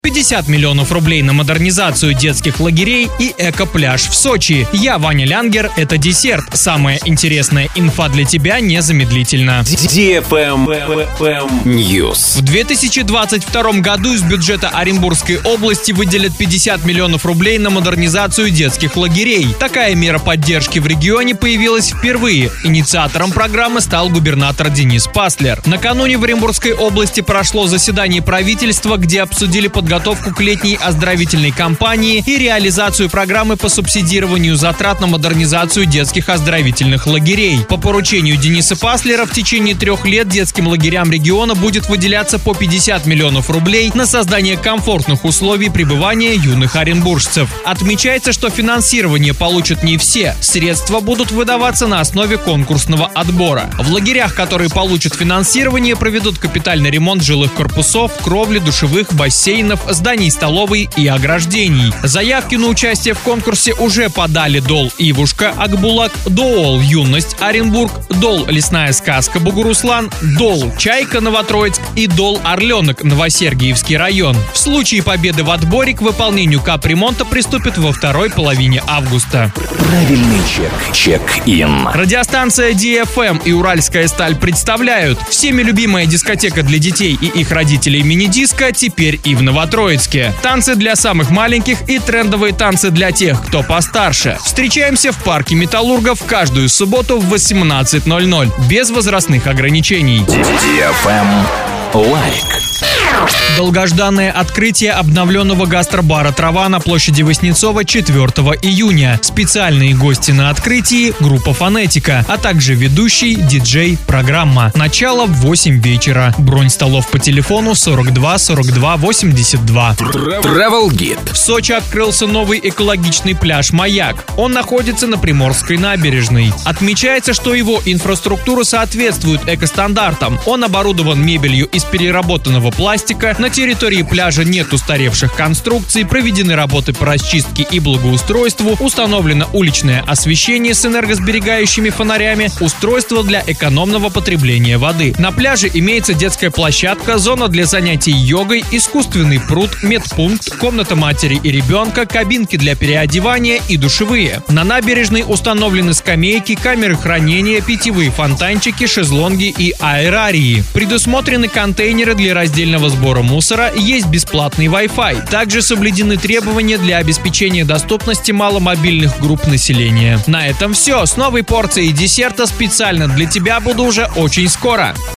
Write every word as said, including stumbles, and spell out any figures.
пятьдесят миллионов рублей на модернизацию детских лагерей и эко-пляж в Сочи. Я Ваня Лянгер, это десерт. Самая интересная инфа для тебя незамедлительно. News. В две тысячи двадцать втором году из бюджета Оренбургской области выделят пятьдесят миллионов рублей на модернизацию детских лагерей. Такая мера поддержки в регионе появилась впервые. Инициатором программы стал губернатор Денис Паслер. Накануне в Оренбургской области прошло заседание правительства, где обсудили подготовку подготовку к летней оздоровительной кампании и реализацию программы по субсидированию затрат на модернизацию детских оздоровительных лагерей. По поручению Дениса Паслера в течение трех лет детским лагерям региона будет выделяться по пятьдесят миллионов рублей на создание комфортных условий пребывания юных оренбуржцев. Отмечается, что финансирование получат не все. Средства будут выдаваться на основе конкурсного отбора. В лагерях, которые получат финансирование, проведут капитальный ремонт жилых корпусов, кровли, душевых, бассейнов, зданий столовой и ограждений. Заявки на участие в конкурсе уже подали Дол Ивушка Акбулак, Доол Юность Оренбург, Дол Лесная сказка Бугуруслан, Дол Чайка Новотроицк и Дол Орленок Новосергиевский район. В случае победы в отборе к выполнению капремонта приступят во второй половине августа. Правильный чек. Чек-ин. Радиостанция ди эф эм и Уральская сталь представляют всеми любимая дискотека для детей и их родителей мини-диско теперь и в Новотроицке. Троицке. Танцы для самых маленьких и трендовые танцы для тех, кто постарше. Встречаемся в парке Металлургов каждую субботу в восемнадцать ноль ноль. Без возрастных ограничений. ди эф эм лайк. Долгожданное открытие обновленного гастробара «Трава» на площади Васнецова четвёртого июня. Специальные гости на открытии – группа «Фонетика», а также ведущий, диджей, программа. Начало в восемь вечера. Бронь столов по телефону сорок два сорок два восемьдесят два. Travel Guide. В Сочи открылся новый экологичный пляж «Маяк». Он находится на Приморской набережной. Отмечается, что его инфраструктура соответствует экостандартам. Он оборудован мебелью из переработанного пластика. На территории пляжа нет устаревших конструкций, проведены работы по расчистке и благоустройству, установлено уличное освещение с энергосберегающими фонарями, устройство для экономного потребления воды. На пляже имеется детская площадка, зона для занятий йогой, искусственный пруд, медпункт, комната матери и ребенка, кабинки для переодевания и душевые. На набережной установлены скамейки, камеры хранения, питьевые фонтанчики, шезлонги и аэрарии. Предусмотрены контейнеры для раздельного сбора мусора, есть бесплатный Wi-Fi. Также соблюдены требования для обеспечения доступности маломобильных групп населения. На этом все. С новой порцией десерта специально для тебя буду уже очень скоро.